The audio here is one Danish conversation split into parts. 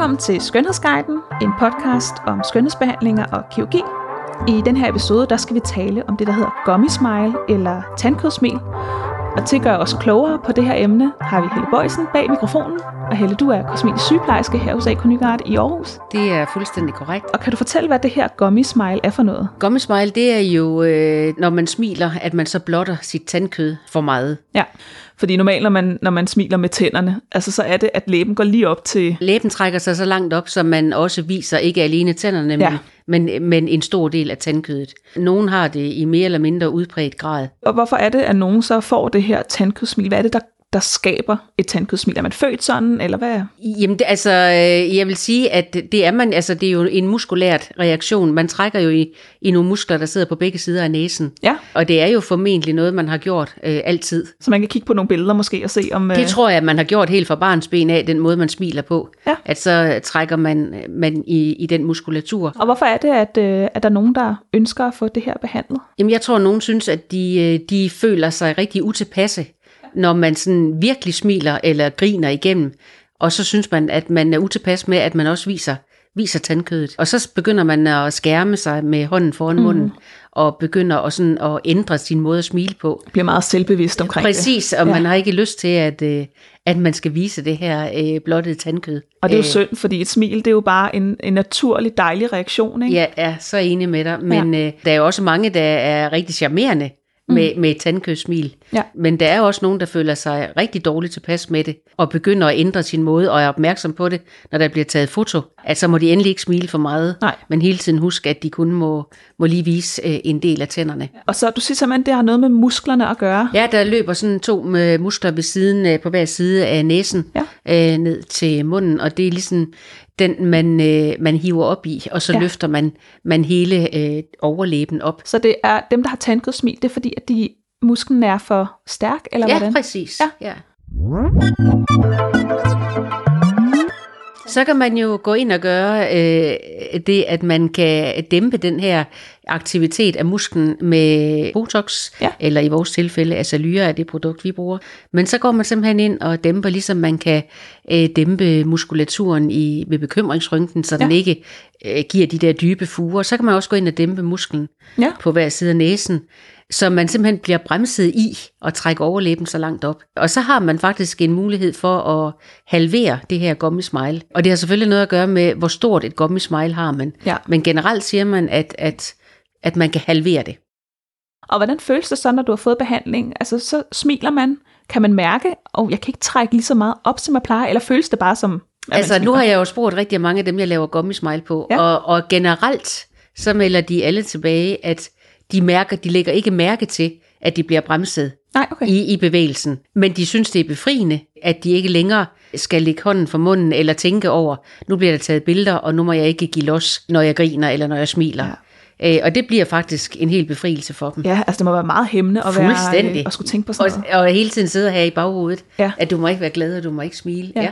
Velkommen til Skønhedsguiden, en podcast om skønhedsbehandlinger og kirurgi. I den her episode, der skal vi tale om det, der hedder gummy smile eller tandkødsmil. Og til at gøre os klogere på det her emne, har vi Helle Boysen bag mikrofonen. Og Helle, du er kosmetisk sygeplejerske her hos AK Nygaard i Aarhus. Det er fuldstændig korrekt. Og kan du fortælle, hvad det her gummy smile er for noget? Gummy smile, det er jo, når man smiler, at man så blotter sit tandkød for meget. Ja, fordi normalt, når man smiler med tænderne, altså så er det, at læben går lige op til... Læben trækker sig så langt op, så man også viser ikke alene tænderne, men en stor del af tandkødet. Nogen har det i mere eller mindre udbredt grad. Og hvorfor er det, at nogen så får det her tandkødsmil? Hvad er det, der skaber et tandkødsmil? Er man født sådan, eller hvad? Jamen, jeg vil sige, at det er jo en muskulært reaktion. Man trækker jo i nogle muskler, der sidder på begge sider af næsen. Ja. Og det er jo formentlig noget, man har gjort altid. Så man kan kigge på nogle billeder måske og se om... Det tror jeg, man har gjort helt fra barnsben af, den måde, man smiler på. Ja. At så trækker man i den muskulatur. Og hvorfor er det, at der er nogen, der ønsker at få det her behandlet? Jamen, jeg tror, nogen synes, at de føler sig rigtig utilpasse, når man sådan virkelig smiler eller griner igennem, og så synes man, at man er utilpas med, at man også viser tandkødet. Og så begynder man at skærme sig med hånden foran munden, og begynder at ændre sin måde at smile på. Bliver meget selvbevidst omkring det. Præcis, og man har ikke lyst til, at man skal vise det her blottede tandkød. Og det er jo synd, fordi et smil, det er jo bare en naturlig, dejlig reaktion, ikke? Ja, så enig med dig. Men der er jo også mange, der er rigtig charmerende med et tandkødssmil. Ja. Men der er også nogen, der føler sig rigtig dårligt tilpas med det, og begynder at ændre sin måde, og er opmærksom på det, når der bliver taget foto. Altså må de endelig ikke smile for meget, men hele tiden huske, at de kun må lige vise en del af tænderne. Og så du siger simpelthen, det har noget med musklerne at gøre? Ja, der løber sådan 2 muskler ved siden, på hver side af næsen, ned til munden, og det er ligesom den, man hiver op i, og så løfter man hele overlæben op. Så det er dem, der har tandkødsmil, det er fordi, at musklen er for stærk, eller hvordan? Ja, præcis. Ja. Så kan man jo gå ind og gøre det, at man kan dæmpe den her aktivitet af musklen med Botox, eller i vores tilfælde Asalya er det produkt, vi bruger. Men så går man simpelthen ind og dæmper, ligesom man kan dæmpe muskulaturen ved bekymringsrøntgen, så den ikke giver de der dybe fuger. Så kan man også gå ind og dæmpe musklen på hver side af næsen, så man simpelthen bliver bremset i og trække overlæben så langt op. Og så har man faktisk en mulighed for at halvere det her gummy smile. Og det har selvfølgelig noget at gøre med, hvor stort et gummy smile har man. Ja. Men generelt siger man, at man kan halvere det. Og hvordan føles det så, når du har fået behandling? Altså så smiler man, kan man mærke, jeg kan ikke trække lige så meget op, som jeg plejer, eller føles det bare som... Altså nu har jeg jo spurgt rigtig mange af dem, jeg laver gummy smile på, og generelt så melder de alle tilbage, at de lægger ikke mærke til, at de bliver bremset i bevægelsen. Men de synes, det er befriende, at de ikke længere skal lægge hånden for munden, eller tænke over, nu bliver der taget billeder, og nu må jeg ikke give los, når jeg griner, eller når jeg smiler. Ja. Og det bliver faktisk en hel befrielse for dem. Ja, altså det må være meget hæmmende at skulle tænke på sådan noget. Og hele tiden sidde her i baghovedet, at du må ikke være glad, og du må ikke smile. Ja.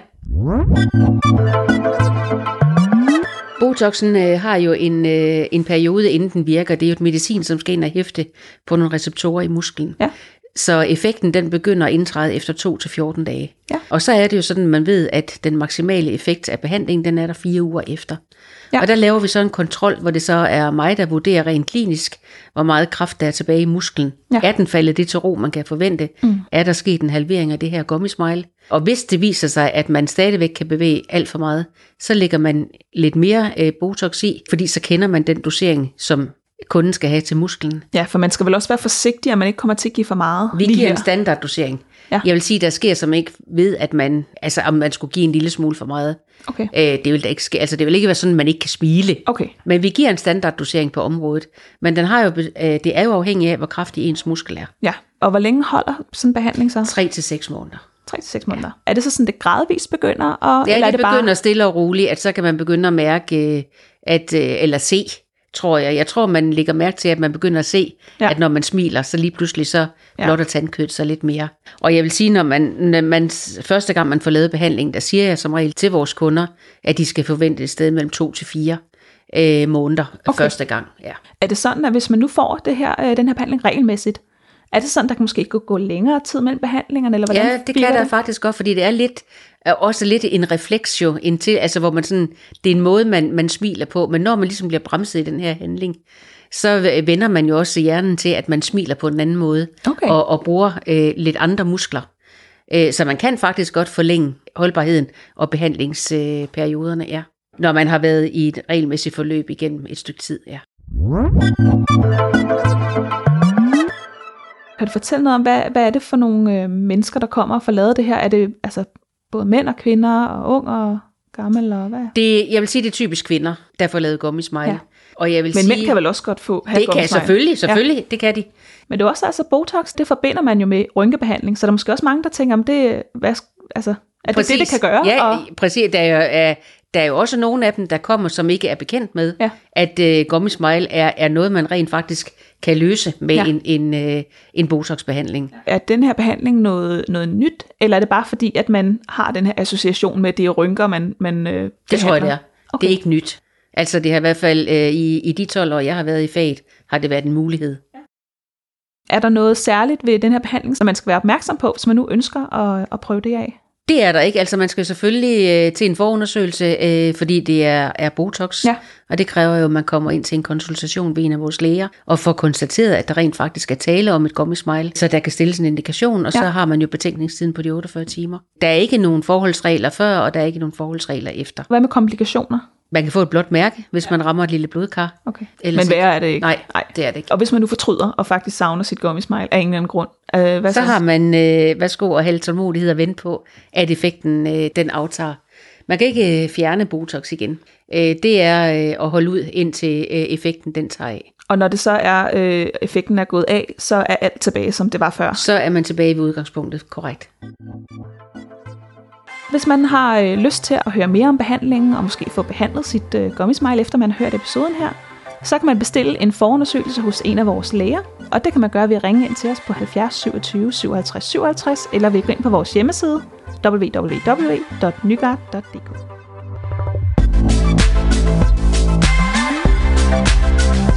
Botoxen har jo en periode, inden den virker. Det er jo et medicin, som skal ind og hæfte på nogle receptorer i musklen. Ja. Så effekten den begynder at indtræde efter 2 til 14 dage. Ja. Og så er det jo sådan, at man ved, at den maksimale effekt af behandlingen, den er der 4 uger efter. Ja. Og der laver vi så en kontrol, hvor det så er mig, der vurderer rent klinisk, hvor meget kraft der er tilbage i musklen. Ja. Er den faldet det til ro, man kan forvente? Er der sket en halvering af det her gummy smile? Og hvis det viser sig, at man stadigvæk kan bevæge alt for meget, så lægger man lidt mere Botox i, fordi så kender man den dosering, som kunden skal have til musklen. Ja, for man skal vel også være forsigtig, at man ikke kommer til at give for meget. Vi giver en standarddosering. Ja. Jeg vil sige, der sker som ikke ved, at om man skulle give en lille smule for meget. Okay. Det vil da ikke ske. Altså det vil ikke være sådan, at man ikke kan smile. Okay. Men vi giver en standarddosering på området. Men det er jo afhængigt af, hvor kraftig ens muskel er. Ja, og hvor længe holder sådan en behandling så? 3 til 6 måneder. 3 til 6 måneder. Ja. Er det så sådan, det gradvist begynder? Eller det begynder bare stille og roligt, at så kan man begynde at mærke, eller se, tror jeg. Jeg tror, man lægger mærke til, at man begynder at se, at når man smiler, så lige pludselig så blotter tandkødet sig lidt mere. Og jeg vil sige, når man første gang man får lavet behandling, der siger jeg som regel til vores kunder, at de skal forvente et sted mellem 2 til 4 måneder første gang. Ja. Er det sådan, at hvis man nu får den her behandling regelmæssigt, Er det sådan, der kan måske gå længere tid mellem behandlingerne? Eller hvordan ja, det kan der faktisk godt, fordi det er også lidt en refleks jo, altså hvor man sådan, det er en måde, man smiler på, men når man ligesom bliver bremset i den her handling, så vender man jo også hjernen til, at man smiler på en anden måde, og bruger lidt andre muskler. Så man kan faktisk godt forlænge holdbarheden og behandlingsperioderne, ja. Når man har været i et regelmæssigt forløb igennem et stykke tid, ja. Kan du fortælle noget om, hvad er det for nogle mennesker, der kommer og får lavet det her? Er det altså både mænd og kvinder, og ung og gammel, og hvad? Jeg vil sige, det er typisk kvinder, der får lavet gummismile. Ja. Og jeg vil men mænd kan vel også godt få det kan selvfølgelig, ja. Det kan de. Men det er også altså Botox, det forbinder man jo med rynkebehandling, så der er måske også mange, der tænker, om det, er præcis. Det kan gøre? Ja, præcis. Der er jo også nogle af dem, der kommer, som ikke er bekendt med, at gummismile er noget, man rent faktisk kan løse med en Botox-behandling. Er den her behandling noget nyt, eller er det bare fordi, at man har den her association med, at det er rynker, man det tror jeg, det er. Okay. Det er ikke nyt. Altså det har i hvert fald i de 12 år, jeg har været i faget, har det været en mulighed. Er der noget særligt ved den her behandling, som man skal være opmærksom på, hvis man nu ønsker at prøve det af? Det er der ikke. Altså man skal selvfølgelig til en forundersøgelse, fordi det er Botox. Ja. Og det kræver jo, at man kommer ind til en konsultation ved en af vores læger, og får konstateret, at der rent faktisk er tale om et gummismile, så der kan stilles en indikation, og så har man jo betænkningstiden på de 48 timer. Der er ikke nogen forholdsregler før, og der er ikke nogen forholdsregler efter. Hvad med komplikationer? Man kan få et blåt mærke, hvis man rammer et lille blodkar. Okay. Men værre er det ikke? Nej, det er det ikke. Og hvis man nu fortryder og faktisk savner sit gummismile af en eller anden grund? Så har man værsgo at have tålmodighed og vente på, at effekten den aftager. Man kan ikke fjerne Botox igen. Det er at holde ud indtil effekten den tager af. Og når det så er effekten er gået af, så er alt tilbage, som det var før? Så er man tilbage ved udgangspunktet, korrekt. Hvis man har lyst til at høre mere om behandlingen, og måske få behandlet sit gummismile, efter man har hørt episoden her, så kan man bestille en forundersøgelse hos en af vores læger, og det kan man gøre ved at ringe ind til os på 70 27 57 57, eller ved at gå ind på vores hjemmeside www.nygaard.dk.